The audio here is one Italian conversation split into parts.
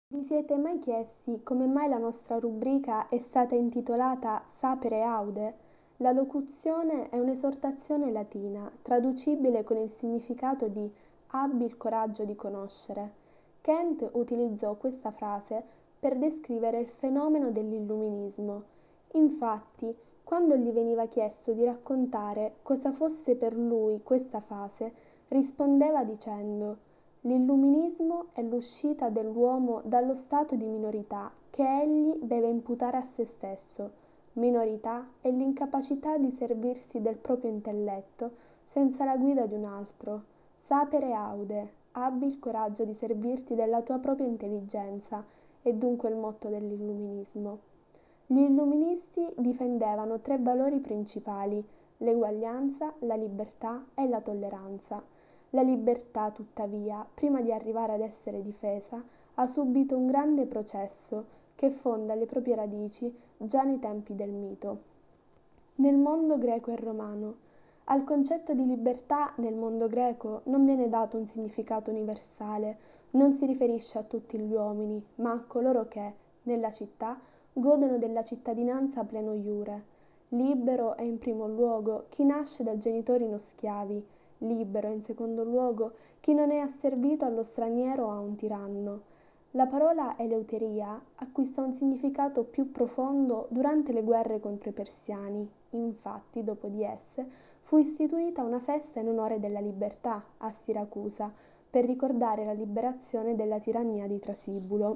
Vi siete mai chiesti come mai la nostra rubrica è stata intitolata Sapere Aude? La locuzione è un'esortazione latina, traducibile con il significato di abbi il coraggio di conoscere. Kant utilizzò questa frase per descrivere il fenomeno dell'illuminismo. Infatti, quando gli veniva chiesto di raccontare cosa fosse per lui questa fase, rispondeva dicendo: l'illuminismo è l'uscita dell'uomo dallo stato di minorità che egli deve imputare a se stesso. Minorità è l'incapacità di servirsi del proprio intelletto senza la guida di un altro. Sapere aude, abbi il coraggio di servirti della tua propria intelligenza, è dunque il motto dell'illuminismo. Gli illuministi difendevano tre valori principali: l'eguaglianza, la libertà e la tolleranza. La libertà, tuttavia, prima di arrivare ad essere difesa, ha subito un grande processo che fonda le proprie radici già nei tempi del mito. Nel mondo greco e romano. Al concetto di libertà nel mondo greco non viene dato un significato universale, non si riferisce a tutti gli uomini, ma a coloro che, nella città, godono della cittadinanza pleno iure. Libero è in primo luogo chi nasce da genitori non schiavi, libero in secondo luogo chi non è asservito allo straniero o a un tiranno. La parola eleuteria acquista un significato più profondo durante le guerre contro i persiani. Infatti, dopo di esse, fu istituita una festa in onore della libertà a Siracusa per ricordare la liberazione dalla tirannia di Trasibulo.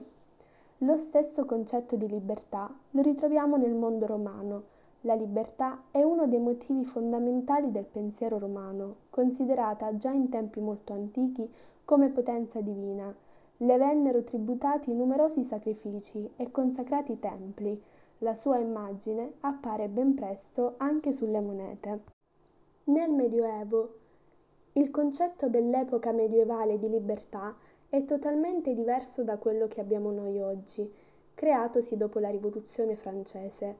Lo stesso concetto di libertà lo ritroviamo nel mondo romano. La libertà è uno dei motivi fondamentali del pensiero romano, considerata già in tempi molto antichi come potenza divina. Le vennero tributati numerosi sacrifici e consacrati templi. La sua immagine appare ben presto anche sulle monete. Nel Medioevo, il concetto dell'epoca medievale di libertà è totalmente diverso da quello che abbiamo noi oggi, creatosi dopo la Rivoluzione francese.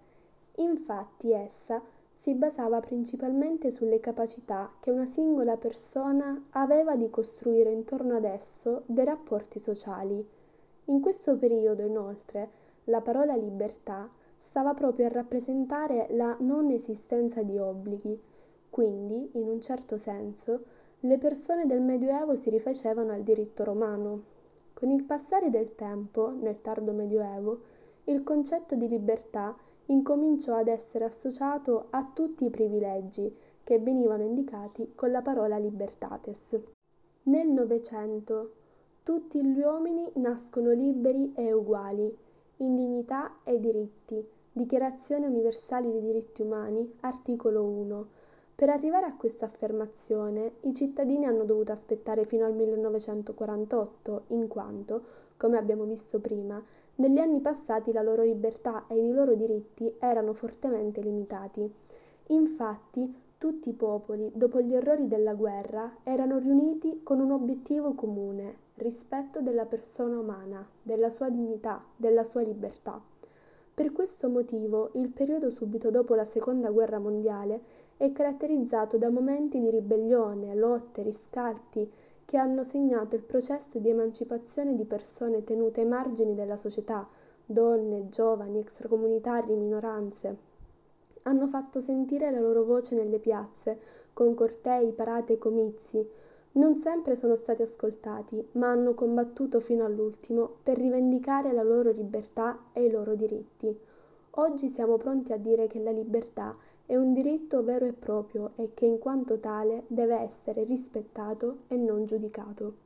Infatti essa si basava principalmente sulle capacità che una singola persona aveva di costruire intorno ad esso dei rapporti sociali. In questo periodo, inoltre, la parola libertà stava proprio a rappresentare la non esistenza di obblighi. Quindi, in un certo senso, le persone del Medioevo si rifacevano al diritto romano. Con il passare del tempo, nel tardo Medioevo, il concetto di libertà incominciò ad essere associato a tutti i privilegi che venivano indicati con la parola libertates. Nel Novecento, tutti gli uomini nascono liberi e uguali, in dignità e diritti. Dichiarazione universale dei diritti umani, articolo 1. Per arrivare a questa affermazione, i cittadini hanno dovuto aspettare fino al 1948, in quanto, come abbiamo visto prima, negli anni passati la loro libertà e i loro diritti erano fortemente limitati. Infatti, tutti i popoli, dopo gli orrori della guerra, erano riuniti con un obiettivo comune: rispetto della persona umana, della sua dignità, della sua libertà. Per questo motivo, il periodo subito dopo la Seconda Guerra Mondiale è caratterizzato da momenti di ribellione, lotte, riscatti che hanno segnato il processo di emancipazione di persone tenute ai margini della società, donne, giovani, extracomunitari, minoranze. Hanno fatto sentire la loro voce nelle piazze, con cortei, parate e comizi. Non sempre sono stati ascoltati, ma hanno combattuto fino all'ultimo per rivendicare la loro libertà e i loro diritti. Oggi siamo pronti a dire che la libertà è un diritto vero e proprio e che in quanto tale deve essere rispettato e non giudicato.